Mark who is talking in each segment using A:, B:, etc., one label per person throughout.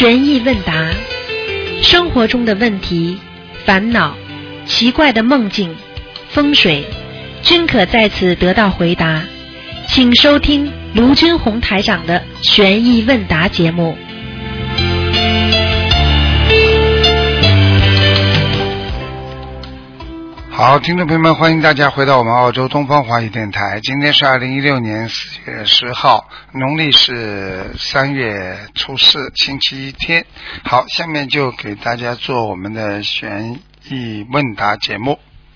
A: 悬疑问答，生活中的问题、烦恼、奇怪的梦境、风水，均可在此得到回答。请收听卢军红台长的悬疑问答节目。
B: 好，听众朋友们，欢迎大家回到我们澳洲东方华语电台。今天是2016年4月10号，农历是3月初4，星期天。好，下面就给大家做我们的悬疑问答节目。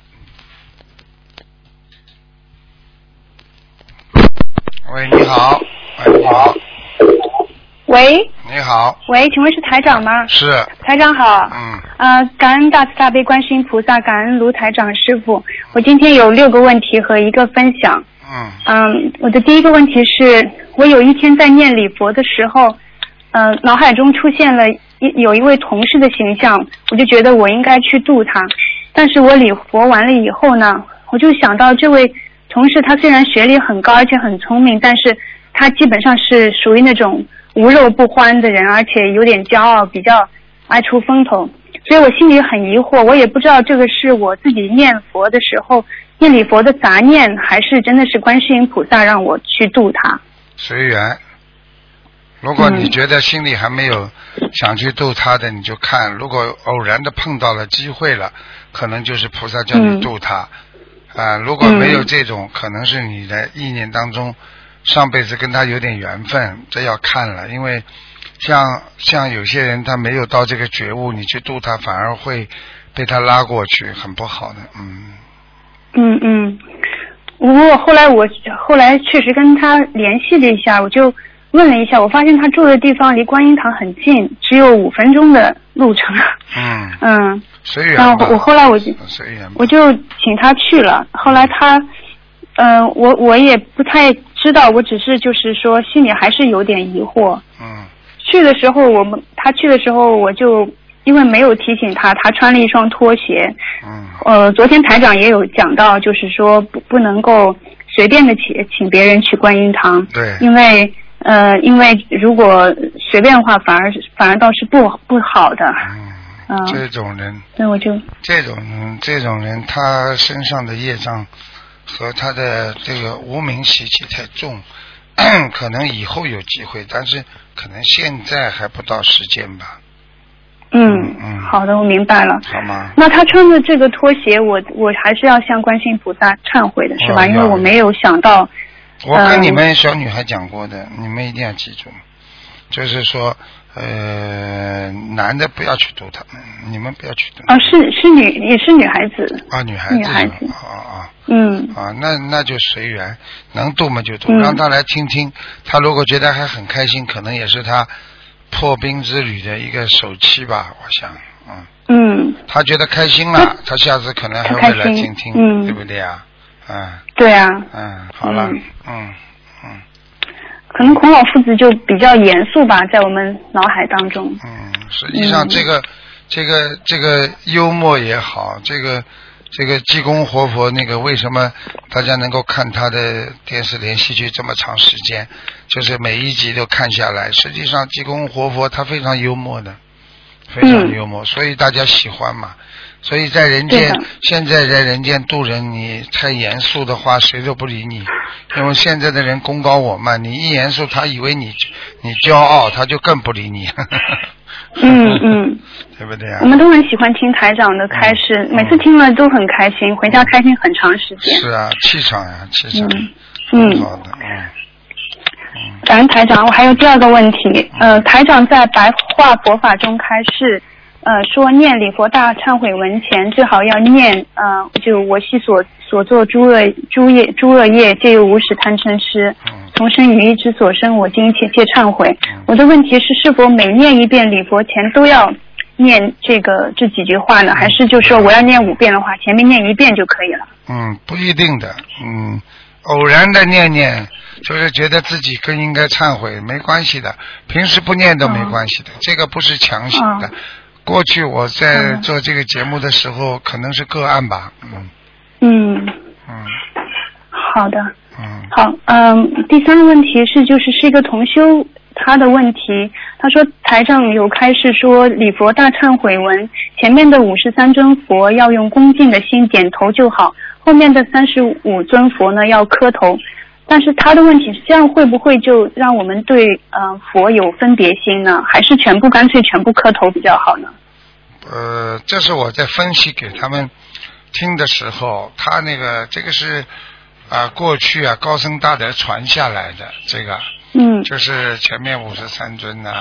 B: 喂，你好。喂，你好。
C: 喂，
B: 你好。
C: 喂，请问是台长吗？
B: 是。
C: 台长好。感恩大慈大悲观世音菩萨，感恩卢台长师傅。我今天有6个问题和一个分享。我的第一个问题是，我有一天在念礼佛的时候，脑海中出现了有一位同事的形象，我就觉得我应该去度他。但是我礼佛完了以后呢，我就想到这位同事他虽然学历很高而且很聪明，但是他基本上是属于那种无肉不欢的人，而且有点骄傲，比较爱出风头，所以我心里很疑惑，我也不知道这个是我自己念佛的时候念礼佛的杂念，还是真的是观世音菩萨让我去度他。
B: 随缘，如果你觉得心里还没有想去度他的，你就看，如果偶然的碰到了机会了，可能就是菩萨叫你度他。如果没有这种，可能是你的意念当中上辈子跟他有点缘分，这要看了。因为像有些人他没有到这个觉悟，你去度他反而会被他拉过去，很不好的。
C: 我后来确实跟他联系了一下，我就问了一下，我发现他住的地方离观音堂很近，只有5分钟的路程。
B: 随缘吧。
C: 然后后来我就请他去了，后来他我也不太知道，我只是就是说心里还是有点疑惑。他去的时候我就因为没有提醒他穿了一双拖鞋。昨天台长也有讲到，就是说不能够随便的请别人去观音堂。
B: 对。
C: 因为如果随便的话反而倒是不好的。
B: 这种人。
C: 对，我就
B: 这种人他身上的业障和他的这个无名习气太重，可能以后有机会，但是可能现在还不到时间吧。
C: 好的，我明白了。
B: 好吗？
C: 那他穿的这个拖鞋，我还是要向观世音菩萨忏悔的，是吧？因为我没有想到。
B: 我跟你们小女孩讲过的，你们一定要记住，就是说男的不要去度他们，你们不要去度。
C: 也是女孩子。
B: 女孩子。那就随缘，能度嘛就度，让他来听听。他如果觉得还很开心，可能也是他破冰之旅的一个首期吧，我想。他觉得开心了，他下次可能还会来听听，对不对啊？
C: 对啊。
B: 好了。
C: 可能孔老夫子就比较严肃吧，在我们脑海当中。
B: 实际上这个幽默也好，这个济公活佛那个为什么大家能够看他的电视连续剧这么长时间，就是每一集都看下来，实际上济公活佛他非常幽默的，非常幽默，所以大家喜欢嘛。所以在人间，现在在人间度人，你太严肃的话谁都不理你，因为现在的人功高我慢，你一严肃他以为你骄傲，他就更不理你。对不对啊？
C: 我们都很喜欢听台长的开示，每次听了都很开心，回家开心很长时间。是啊，
B: 气场呀，气场。好的。
C: 感恩台长，我还有第2个问题。台长在白话佛法中开示，说念礼佛大忏悔文前最好要念就我系所做诸恶业皆由无始贪嗔痴，从生于意之所生，我今切忏悔。我的问题是否每念一遍礼佛前都要念这几句话呢？还是就说我要念5遍的话，前面念1遍就可以了？
B: 不一定的。偶然的念，就是觉得自己更应该忏悔，没关系的，平时不念都没关系的，这个不是强行的。过去我在做这个节目的时候，可能是个案吧。
C: 好的。好。第3个问题是一个同修他的问题，他说台长有开示说礼佛大忏悔文前面的53尊佛要用恭敬的心点头就好，后面的35尊佛呢要磕头。但是他的问题是这样会不会就让我们对佛有分别心呢？还是干脆全部磕头比较好呢？
B: 这是我在分析给他们听的时候，他这个是过去高僧大德传下来的，这个就是前面53尊呢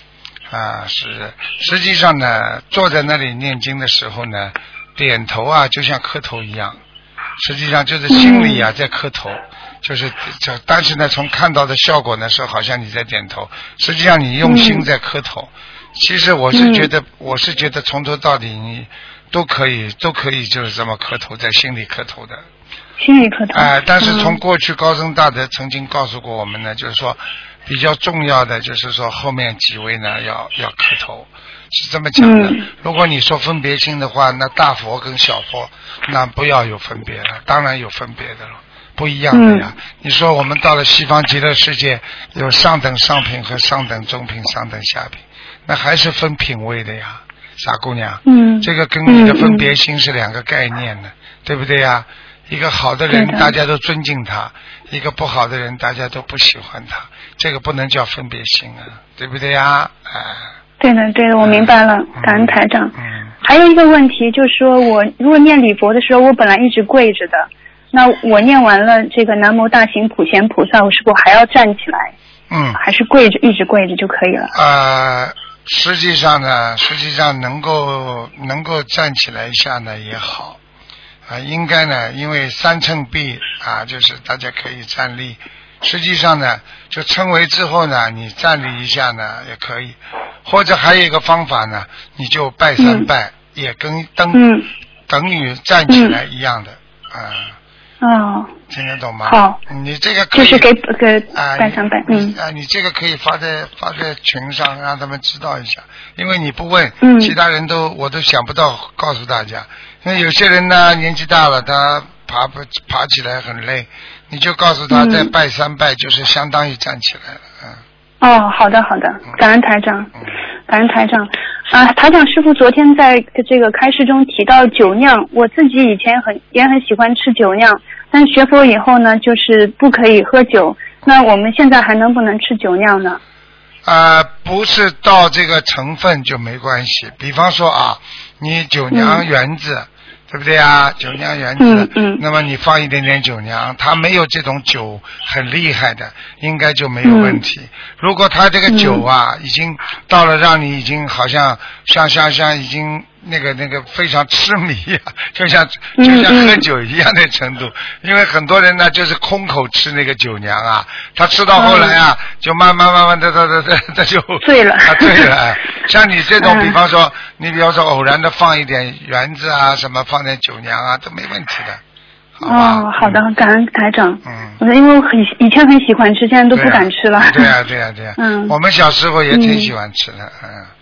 B: 实际上呢坐在那里念经的时候呢点头就像磕头一样，实际上就是心里在磕头，但是呢从看到的效果呢是好像你在点头，实际上你用心在磕头。其实我是觉得从头到底你都可以就是这么磕头，在心里磕头的。
C: 心里磕头。
B: 但是从过去高僧大德曾经告诉过我们呢，就是说比较重要的就是说后面几位呢要磕头，是这么讲的。如果你说分别心的话，那大佛跟小佛那不要有分别了，当然有分别的了，不一样的呀。你说我们到了西方极乐世界，有上等上品和上等中品、上等下品，那还是分品位的呀，傻姑娘。这个跟你的分别心是两个概念呢，对不对呀？一个好的人大家都尊敬他，一个不好的人大家都不喜欢他，这个不能叫分别心对不对呀？
C: 对的，我明白了，感恩台长。还有一个问题就是说，我如果念礼佛的时候，我本来一直跪着的，那我念完了这个南无大行普贤菩萨，我是否还要站起来？还是一直跪着就可以了？
B: 实际上能够站起来一下呢也好。应该呢，因为三称臂就是大家可以站立。实际上呢，就称为之后呢，你站立一下呢也可以，或者还有一个方法呢，你就拜3拜，也跟等于站起来一样的听得懂吗？
C: 好，
B: 你这个可以
C: 就是给拜3拜。
B: 你这个可以发在群上，让他们知道一下，因为你不问，其他人我都想不到告诉大家。因为有些人呢年纪大了，他爬起来很累，你就告诉他再拜3拜，就是相当于站起来了。
C: 好的，感恩台长，感恩台长。台长师父昨天在这个开示中提到酒酿，我自己以前也很喜欢吃酒酿，但学佛以后呢，就是不可以喝酒。那我们现在还能不能吃酒酿呢？
B: 不是到这个成分就没关系。比方说你酒酿圆子，对不对酒酿圆子，那么你放一点点酒酿，它没有这种酒很厉害的，应该就没有问题。如果它这个酒已经到了让你已经好像像已经那个非常痴迷就像喝酒一样的程度。因为很多人呢就是空口吃那个酒酿他吃到后来就慢慢的他就
C: 醉了
B: 醉了。像你这种比方说你比方说偶然的放一点圆子什么放点酒酿都没问题的。
C: 好的，感恩台长。因为我以前很喜欢吃，现在都不敢吃了。
B: 对呀。我们小时候也挺喜欢吃的。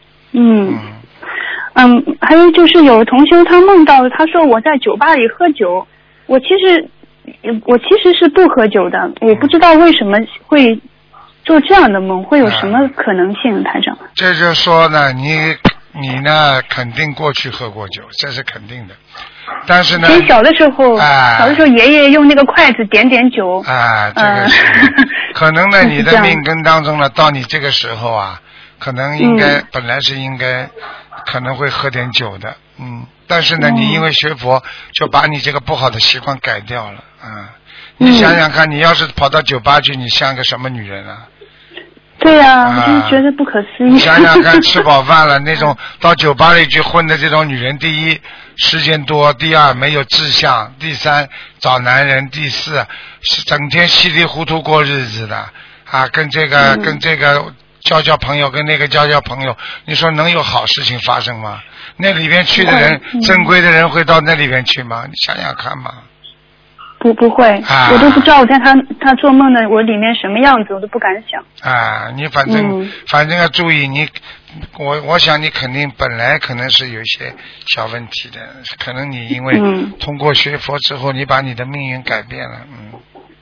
C: 还有就是有同修他梦到他说我在酒吧里喝酒，我其实是不喝酒的，我不知道为什么会做这样的梦，会有什么可能性，台长？
B: 这就说呢，你呢肯定过去喝过酒，这是肯定的。但是呢，
C: 小的时候爷爷用那个筷子点酒
B: 这个是可能呢你的命根当中呢到你这个时候可能应该本来是应该可能会喝点酒的但是呢你因为学佛就把你这个不好的习惯改掉了你想想看，你要是跑到酒吧去，你像个什么女人
C: 对我就是觉得不可思议。
B: 你想想看，吃饱饭了那种到酒吧里去混的这种女人，第一时间多，第二没有志向，第三找男人，第四是整天稀里糊涂过日子的跟这个交朋友，跟那个交朋友，你说能有好事情发生吗？那里边去的人正规的人会到那里边去吗？你想想看嘛。
C: 不会我都不知道我在他做梦的我里面什么样子，我都不敢想
B: 你反正要注意我想你肯定本来可能是有一些小问题的，可能你因为通过学佛之后你把你的命运改变了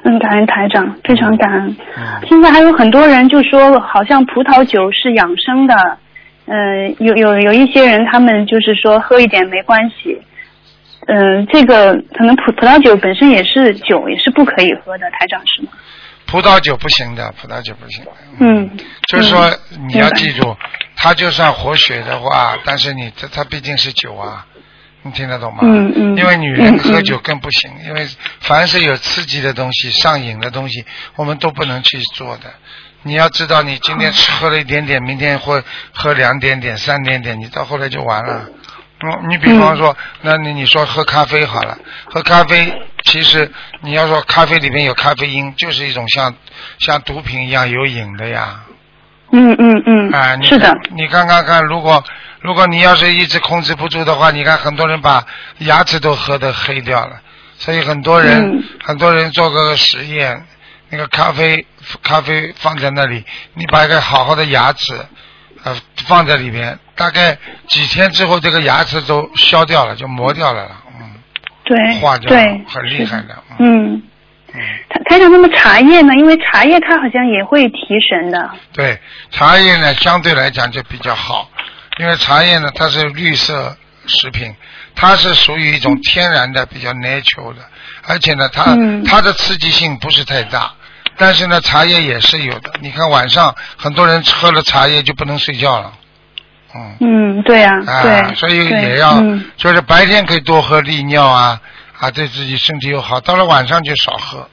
C: 感恩台长，非常感恩。现在还有很多人就说，好像葡萄酒是养生的，有一些人他们就是说喝一点没关系。这个可能葡萄酒本身也是酒，也是不可以喝的，台长是吗？
B: 葡萄酒不行的，葡萄酒不行的。就是说你要记住，它就算活血的话，但是它毕竟是酒啊。你听得懂吗？因为女人喝酒更不行，因为凡是有刺激的东西、上瘾的东西，我们都不能去做的。你要知道，你今天喝了一点点，明天会喝2点点、3点点，你到后来就完了。你比方说，那你说喝咖啡好了，喝咖啡其实你要说咖啡里面有咖啡因，就是一种像毒品一样有瘾的呀。
C: 是的。
B: 你看看，如果你要是一直控制不住的话，你看很多人把牙齿都喝得黑掉了，所以很多人做个实验，那个咖啡放在那里，你把一个好好的牙齿放在里边，大概几天之后，这个牙齿都消掉了，就磨掉了。
C: 对，
B: 化掉了，很厉害的。
C: 台长，那么茶叶呢？因为茶叶它好像也会提神的。对，
B: 茶叶呢相对来讲就比较好，因为茶叶呢它是绿色食品，它是属于一种天然的比较 natural 的，而且呢它的刺激性不是太大，但是呢茶叶也是有的。你看晚上很多人喝了茶叶就不能睡觉了。
C: 对啊，对，
B: 所以也要就是白天可以多喝利尿啊，对自己身体又好，到了晚上就少喝。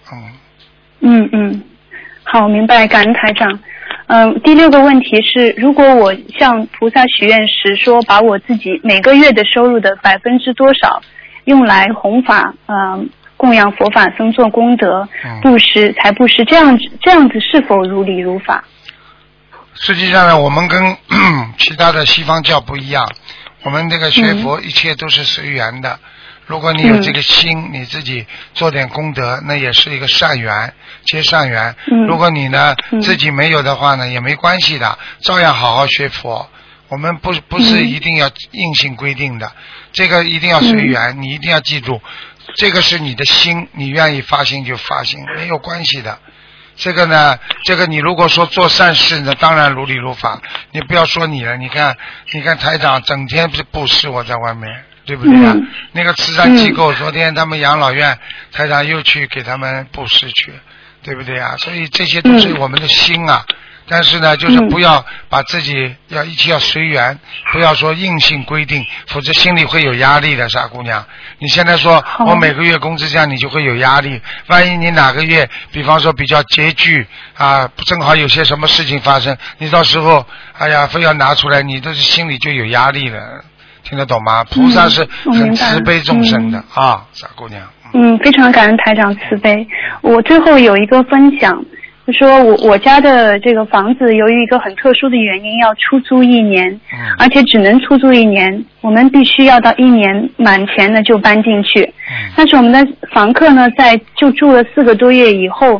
C: 好，明白，感恩台长。第6个问题是，如果我向菩萨许愿时说，把我自己每个月的收入的%多少用来弘法，供养佛法僧做功德，布施财布施，这样子是否如理如法？
B: 实际上呢，我们跟其他的西方教不一样，我们这个学佛一切都是随缘的。如果你有这个心，你自己做点功德，那也是一个善缘，结善缘。如果你呢自己没有的话呢，也没关系的，照样好好学佛。我们不是一定要硬性规定的，这个一定要随缘，你一定要记住，这个是你的心，你愿意发心就发心，没有关系的。这个呢，你如果说做善事呢，当然如理如法。你不要说你了，你看台长整天不是布施我在外面，对不对呀？那个慈善机构昨天他们养老院，台长又去给他们布施去，对不对呀？所以这些都是我们的心啊。但是呢，就是不要把自己一切要随缘，不要说硬性规定，否则心里会有压力的，傻姑娘。你现在说我每个月工资这样，你就会有压力。万一你哪个月，比方说比较拮据正好有些什么事情发生，你到时候非要拿出来，你都是心里就有压力了。听得懂吗？菩萨是很慈悲众生的傻姑娘。
C: 非常感恩台长慈悲。我最后有一个分享。就说我家的这个房子由于一个很特殊的原因要出租1年，而且只能出租1年，我们必须要到1年满前呢就搬进去。但是我们的房客呢就住了4个多月以后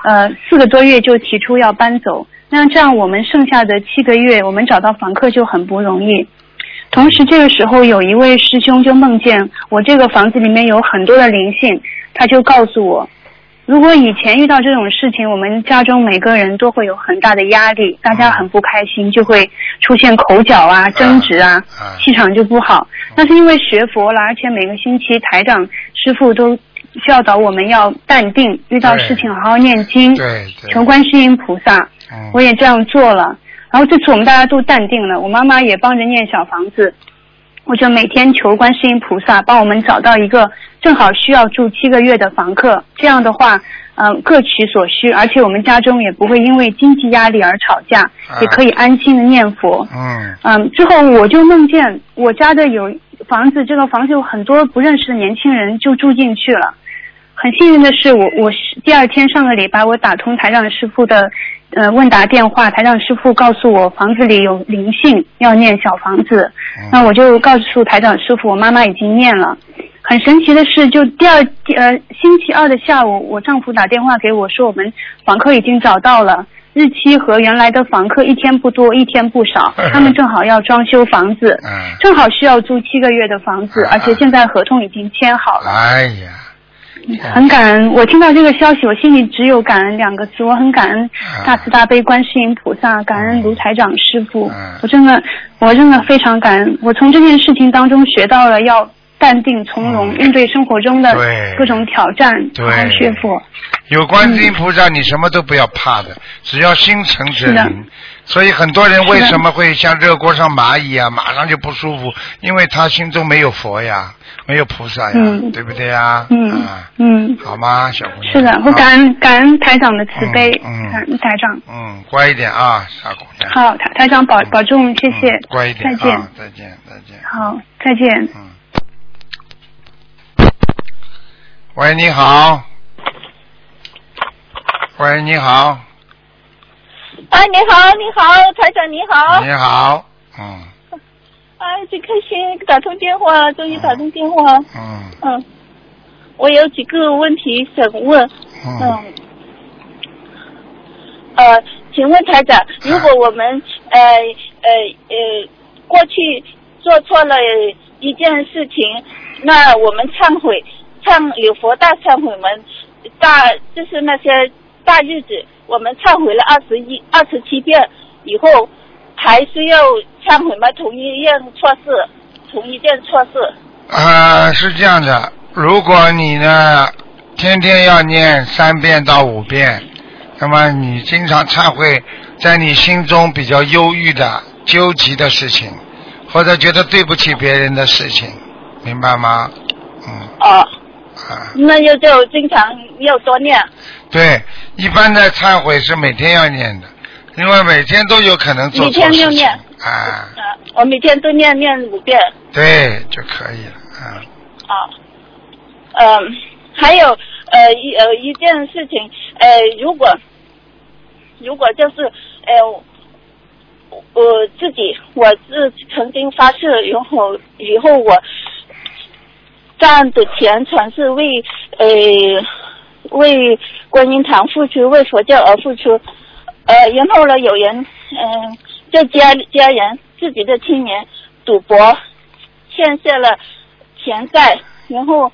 C: ，4个多月就提出要搬走。那这样我们剩下的7个月，我们找到房客就很不容易。同时这个时候有一位师兄就梦见我这个房子里面有很多的灵性，他就告诉我，如果以前遇到这种事情，我们家中每个人都会有很大的压力，大家很不开心，就会出现口角争执气场就不好。那是因为学佛了，而且每个星期台长师父都教导我们要淡定，遇到事情好好念经，求观世音菩萨。我也这样做了，然后这次我们大家都淡定了，我妈妈也帮着念小房子，我就每天求观世音菩萨帮我们找到一个正好需要住7个月的房客，这样的话各取所需，而且我们家中也不会因为经济压力而吵架，也可以安心的念佛。之后我就梦见我家的有房子，这个房子有很多不认识的年轻人就住进去了。很幸运的是我第2天上个礼拜我打通台长师父的问答电话，台长师父告诉我房子里有灵性要念小房子，那我就告诉台长师父我妈妈已经念了。很神奇的是，就星期2的下午，我丈夫打电话给我说我们房客已经找到了，日期和原来的房客1天不多1天不少，他们正好要装修房子，正好需要租7个月的房子，而且现在合同已经签好了。 很感恩。我听到这个消息，我心里只有感恩2个字。我很感恩大慈大悲观世音菩萨，感恩卢台长师父。我真的非常感恩。我从这件事情当中学到了要淡定从容，应对生活中的各种挑战，好好学佛。
B: 有观世音菩萨，你什么都不要怕的，只要心诚则灵。所以很多人为什么会像热锅上蚂蚁啊，马上就不舒服？因为他心中没有佛呀，没有菩萨呀，对不对呀？好吗，小姑娘？
C: 是的，我感恩台长的慈悲，感恩台长。
B: 乖一点啊，傻姑娘。
C: 好，台长保重，谢谢。
B: 乖一点，
C: 再见，
B: 再见。
C: 好，再见。
B: 喂，你好。喂，你好。
D: 哎，你好，台长你好。
B: 你好，
D: 哎，真开心打通电话，终于打通电话。我有几个问题想问。请问台长，如果我们过去做错了一件事情，那我们忏悔，礼佛大忏悔文就是那些大日子，我们忏悔了27遍以后，还是要忏悔吗？同一件错事。
B: 是这样的，如果你呢天天要念3遍到5遍，那么你经常忏悔在你心中比较忧郁的、纠结的事情，或者觉得对不起别人的事情，明白吗？
D: 那就经常要多念。
B: 对，一般的忏悔是每天要念的，因为每天都有可能做错事情。每天就念。
D: 我每天都念5遍。
B: 对，就可以了。
D: 还有一件事情，如果就是我是曾经发誓，以后我赚的钱全是为观音堂付出，为佛教而付出。然后呢，有人就家人自己的亲人赌博欠下了钱债，然后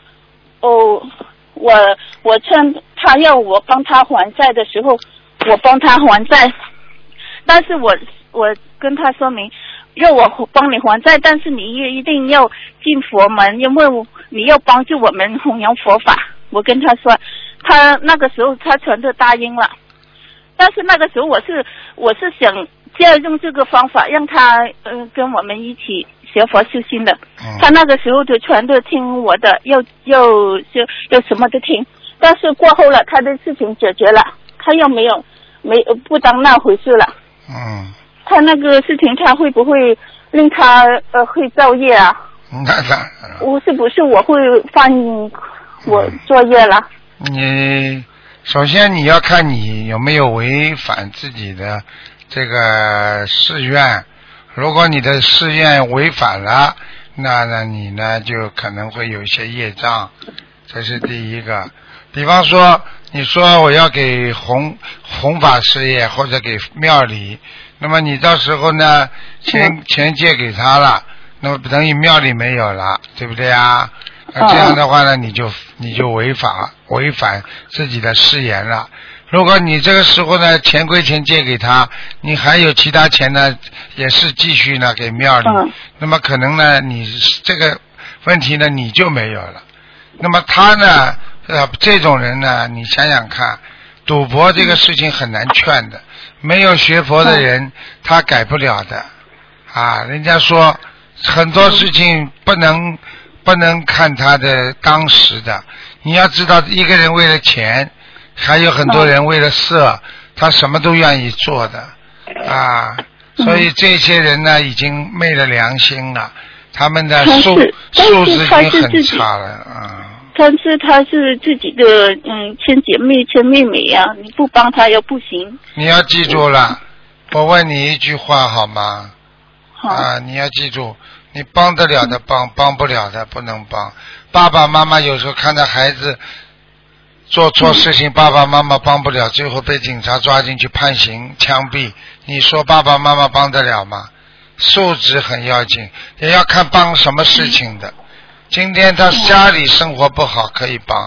D: 我趁他要我帮他还债的时候，我帮他还债，但是我跟他说明，让我帮你还债，但是你一定要进佛门，因为你要帮助我们弘扬佛法。我跟他说，他那个时候他全都答应了，但是那个时候我是想借用这个方法让他跟我们一起学佛修心的。他那个时候就全都听我的，要什么都听。但是过后了，他的事情解决了，他又不当那回事了。他那个事情，他会不会令他会造业啊？是不是我会犯我作业了？
B: 你首先你要看你有没有违反自己的这个誓愿，如果你的誓愿违反了，那你呢就可能会有一些业障，这是第一个。比方说你说我要给弘法事业或者给庙里，那么你到时候呢钱借给他了，那么等于庙里没有了，对不对啊？这样的话呢你就违反自己的誓言了。如果你这个时候呢钱归钱借给他，你还有其他钱呢也是继续呢给庙里，那么可能呢你这个问题呢你就没有了。那么他呢这种人呢，你想想看，赌博这个事情很难劝的，没有学佛的人他改不了的人家说很多事情不能看他的当时的，你要知道一个人为了钱，还有很多人为了色，他什么都愿意做的所以这些人呢已经昧了良心了，他们的素质已经很差了
D: 但是他是自己的亲姐妹亲妹妹呀，你不帮他又不行。你
B: 要记住了，我问你一句话好吗？你要记住，你帮得了的帮不了的不能帮。爸爸妈妈有时候看到孩子做错事情，爸爸妈妈帮不了，最后被警察抓进去判刑枪毙，你说爸爸妈妈帮得了吗？素质很要紧，也要看帮什么事情的。今天他家里生活不好可以帮，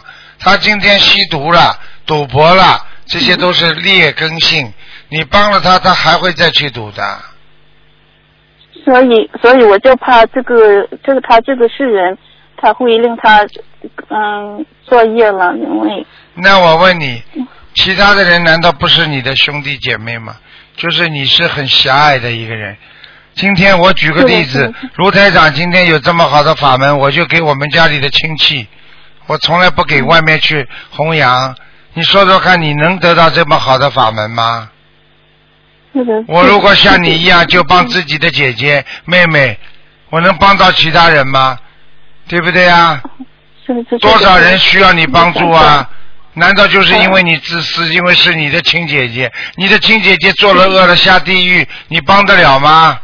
B: 他今天吸毒了、赌博了，这些都是劣根性。你帮了他，他还会再去赌的。
D: 所以我就怕他这个世人，他会令他作业了，因为。
B: 那我问你，其他的人难道不是你的兄弟姐妹吗？就是你是很狭隘的一个人。今天我举个例子，卢台长今天有这么好的法门，我就给我们家里的亲戚，我从来不给外面去弘扬。你说说看，你能得到这么好的法门吗？我如果像你一样就帮自己的姐姐妹妹，我能帮到其他人吗？对不对啊？多少人需要你帮助啊？难道就是因为你自私，因为是你的亲姐姐，你的亲姐姐做了恶了下地狱，你帮得了吗？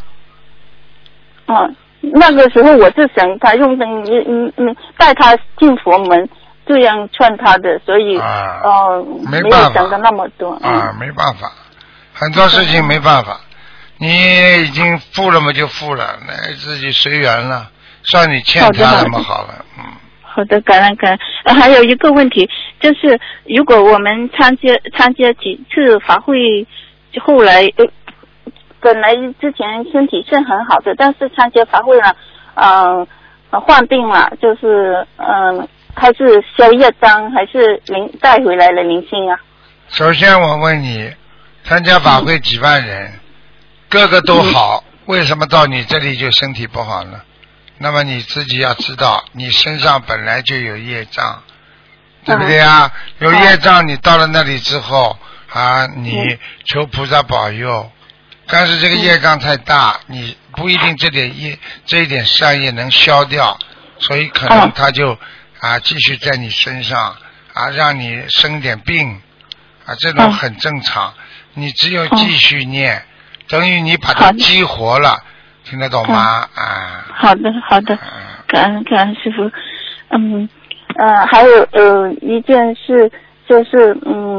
D: 那个时候我是想他用带他进佛门，这样劝他的，所以没有想的那么多。
B: 没办法，很多事情没办法，你已经付了嘛就付了，那自己随缘了，算你欠他那么好了。
D: 好的，感恩。还有一个问题，就是如果我们参加几次法会，后来本来之前身体是很好的，但是参加法会了，患病了，就是还是消业障，还是带回来了灵性啊？首
B: 先我问你，参加法会几万人，个个都好，为什么到你这里就身体不好呢？那么你自己要知道，你身上本来就有业障，对不对啊？有业障，你到了那里之后你求菩萨保佑，但是这个业障太大，你不一定这一点善业能消掉，所以可能他就继续在你身上让你生点病这种很正常。你只有继续念，等于你把它激活了。听得懂吗？
D: 好的，感恩师父。还有一件事就是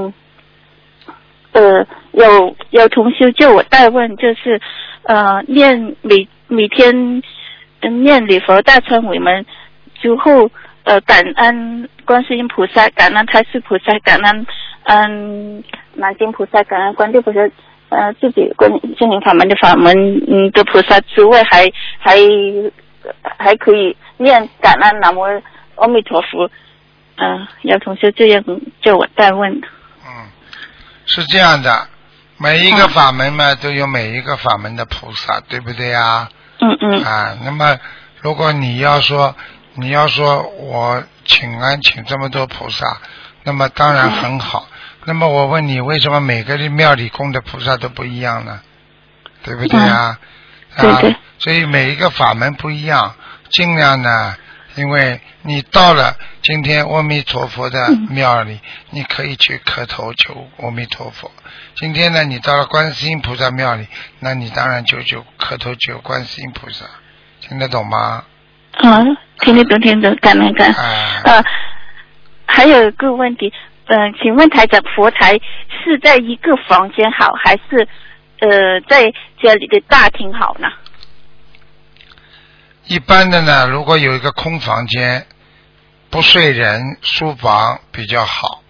D: 有同修叫我代问，就是每天念礼佛大忏悔文之后，感恩观世音菩萨，感恩太岁菩萨，感恩南京菩萨，感恩观世菩萨。自己跟心灵法门的的菩萨之外，还可以念感恩南无阿弥陀佛。有同学这样叫我代问。
B: 是这样的，每一个法门嘛，都有每一个法门的菩萨，对不对啊？那么如果你要说我请这么多菩萨，那么当然很好。那么我问你，为什么每个庙里供的菩萨都不一样呢？对不对啊？
D: 对。
B: 所以每一个法门不一样，尽量呢，因为你到了今天阿弥陀佛的庙里，你可以去磕头求阿弥陀佛。今天呢，你到了观世音菩萨庙里，那你当然就磕头求观世音菩萨。听得懂吗？
D: 听得懂，感恩。还有一个问题。请问台长，佛台是在一个房间好，还是在家里的大厅好呢？
B: 一般的呢，如果有一个空房间，不睡人，书房比较好。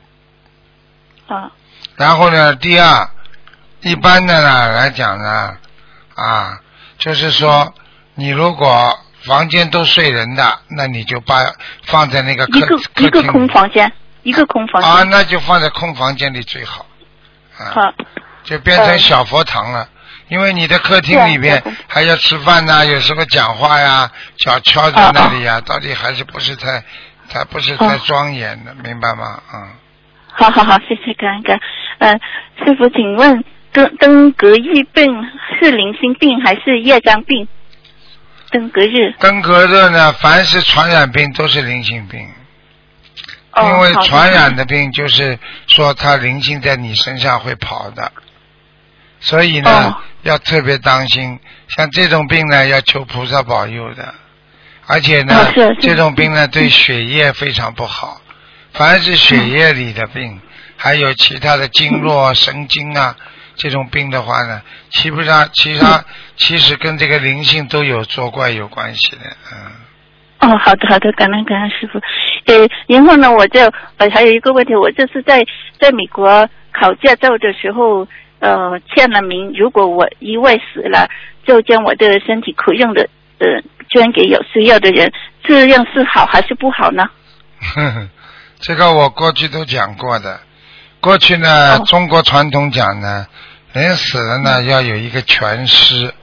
B: 然后呢，第二，一般的呢来讲呢，就是说，你如果房间都睡人的，那你就放在那个
D: 一个空房间。一个空房间
B: 那就放在空房间里最好。就变成小佛堂了。因为你的客厅里面还要吃饭呐，有时候讲话呀，脚敲在那里呀，到底还是不是太庄严的，明白吗？
D: 好，谢谢感恩。师父，请问登革热病是灵性病还是业障病？登革热
B: 呢，凡是传染病都是灵性病。因为传染的病就是说它灵性在你身上会跑的，所以呢要特别当心。像这种病呢要求菩萨保佑的，而且呢这种病呢对血液非常不好。凡是血液里的病，还有其他的经络神经这种病的话呢，其实跟这个灵性都有作怪有关系的。
D: 好的，感恩师父。 然后呢，我就还有一个问题，我就是在美国考驾照的时候，签了名，如果我意外死了，就将我的身体可用的捐给有需要的人，这样是好还是不好呢？
B: 这个我过去都讲过的。过去呢，中国传统讲呢，人死了呢要有一个全尸，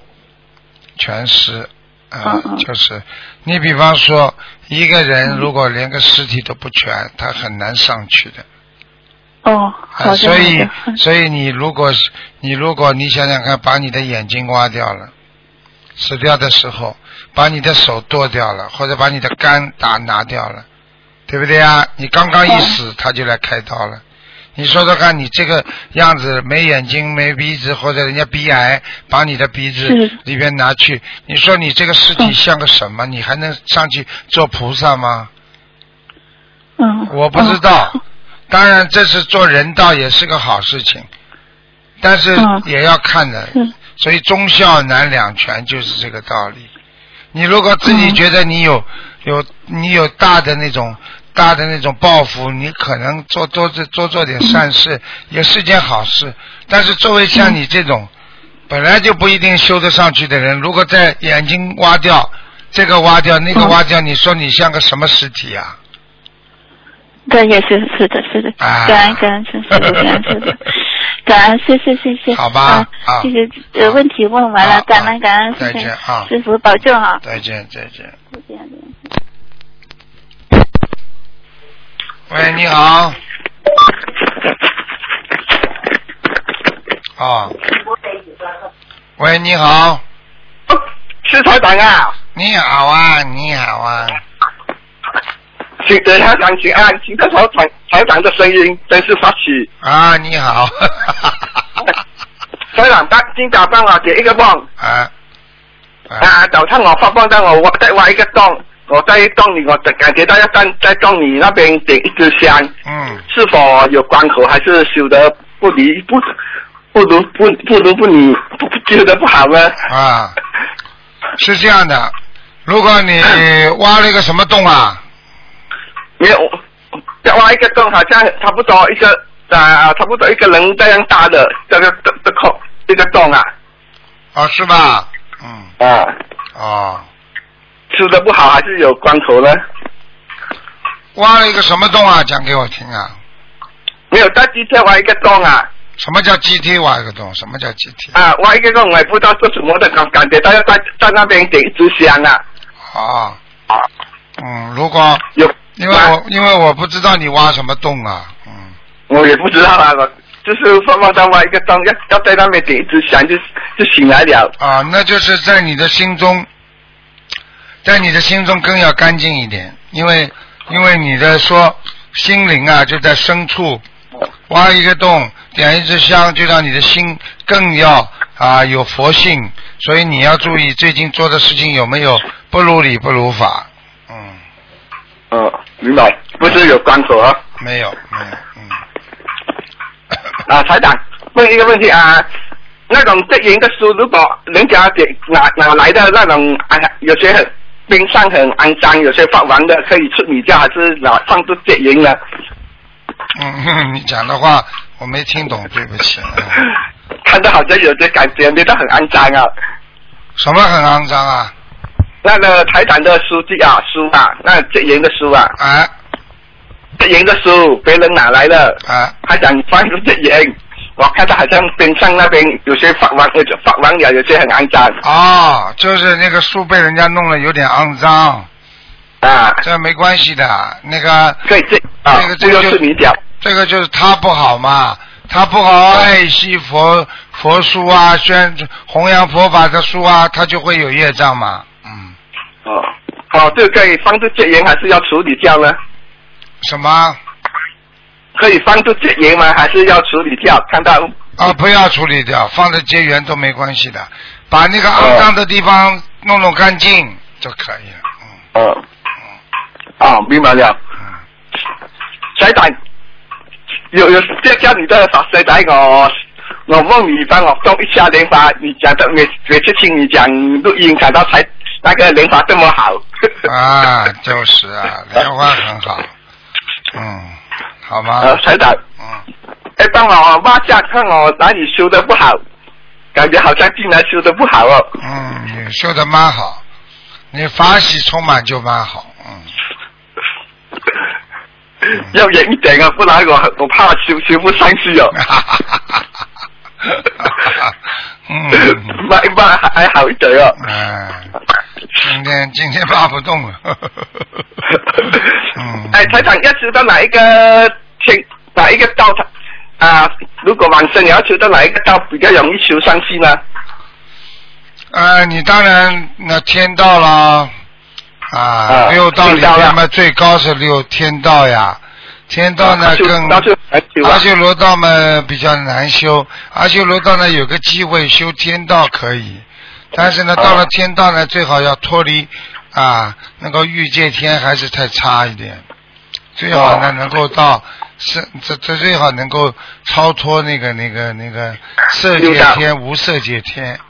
B: 就是你比方说一个人如果连个尸体都不全，他很难上去的。
D: 好的。
B: 所以你如果你想想看，把你的眼睛挖掉了，死掉的时候，把你的手剁掉了，或者把你的肝拿掉了，对不对啊？你刚刚一死，他就来开刀了。你说说看，你这个样子没眼睛没鼻子，或者人家鼻癌把你的鼻子里边拿去，你说你这个尸体像个什么？你还能上去做菩萨吗？我不知道。当然这是做人道也是个好事情，但是也要看的。所以忠孝难两全就是这个道理。你如果自己觉得你有大的那种抱负，你可能做点善事也是件好事。但是作为像你这种本来就不一定修得上去的人，如果在眼睛挖掉，这个挖掉那个挖掉，你说你像个什么尸体啊？
D: 对，也是的，感恩是的，感恩谢。
B: 好吧，
D: 谢谢。问题问完了，感恩，
B: 再见啊，
D: 师父保重啊。
B: 再见。喂，你好。喂，你好。
E: 是台长啊。
B: 你好啊。
E: 对，台长请安，听到台长的声音，真是发喜。
B: 你好。
E: 台長今早幫我解一個夢。早上我發夢到我在挖一個洞，我在洞裏我感覺到要在洞裏那邊點一支香。是否有關口，還是修得不離不修得不好呢？
B: 是這樣的，如果你挖了一個什麼洞啊？
E: 沒有，挖一個洞，好像差不多一個人這樣大的這個孔，這個洞啊。
B: 是吧？
E: 修得不好還是有關口呢？
B: 挖了一個什麼洞啊？講給我聽啊。
E: 沒有，在地鐵挖一個洞啊。
B: 什麼叫基梯挖一個洞？什麼叫基梯？
E: 挖一個洞，我也不知道做什麼的，感覺到要在那邊點一支香啊。
B: 如果有。因為我不知道你挖什麼洞啊。
E: 我也不知道啊，就是放到挖一個洞，要在那邊點一支香就醒來了。
B: 那就是在你的心中更要乾淨一點，因為你的說心靈啊就在深處，挖一個洞，點一支香，就讓你的心更要有佛性，所以你要注意最近做的事情有沒有不如理不如法。
E: 明白，不是有關口啊？
B: 沒有。
E: 台長，問一個問題啊，那種證言的書，如果人家拿來的那種，有些邊上很骯髒，有些發黃的，可以處理掉，還是放入證言呢？
B: 你講的話我沒聽懂，對不起。
E: 看到好像有些感覺，覺得很骯髒啊。
B: 什麼很骯髒啊？
E: 那個台長的書那證言的書啊。證言的書別人拿來的。台長放入證言，我看到好像邊上那邊有些發黃了，有些很骯髒。
B: 就是那個書被人家弄了有點骯髒。這沒關係的，那個。這個就是你講。這個就是他不好嘛，他不好愛惜佛書啊，弘揚佛法的書啊，他就會有業障嘛。
E: 這個可以放入證言，還是要處理掉呢？
B: 什麼？
E: 可以放入結緣嗎？還是要處理掉？看到
B: 不要處理掉，放在結緣都沒關係的，把那個骯髒的地方弄乾淨就可以了。
E: 明白了。台長，有叫你的法師來我問你幫我動一下蓮花，你講的每次聽你講錄音，講到才那個蓮花這麼好。
B: 啊，就是啊，莲花很好。好吗？
E: 台长。帮我挖下看我哪里修的不好，感觉好像竟然修的不好哦。
B: 你修的蛮好，你法喜充满就蛮好。
E: 要远一点啊，不然我怕修不上去哦。骂还好一点哦。
B: 今天骂不动了。
E: 台长要知道哪一个道如果往生你要求到哪一个道比较容易修上去呢？
B: 你当然那天道啦，六道里面嘛最高是天道呀。天道呢更阿修罗道嘛比较难修，阿修罗道呢有个机会修天道可以，但是呢到了天道呢最好要脱离能够欲界天还是太差一点，最好呢能够到这最好能够超脱那个色界天无色界天。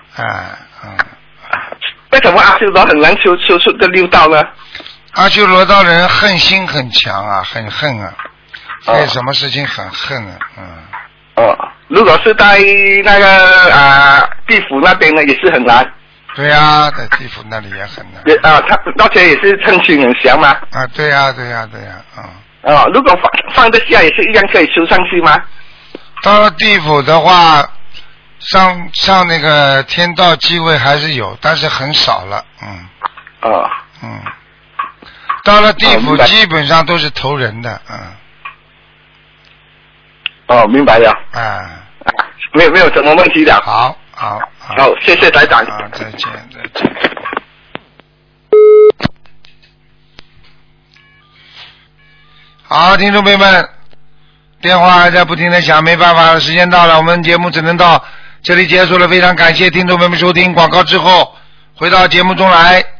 E: 为什么阿修罗很难修出这六道呢？
B: 阿修罗道人恨心很强啊，很恨啊，对什么事情很恨啊。
E: 如果是在那个地府那边呢，也是很难。
B: 对啊，在地府那里也很难。
E: 他而且也是称心很祥嘛。
B: 对呀。
E: 如果放得下也是一样可以修上去吗？
B: 到了地府的话，上那个天道机会还是有，但是很少了。到了地府基本上都是投人的。
E: 明白了。没有什么问题的。
B: 好，
E: 谢谢台长。
B: 再见。好，听众朋友们，电话还在不停的响，没办法了，时间到了，我们节目只能到这里结束了。非常感谢听众朋友们收听，广告之后回到节目中来。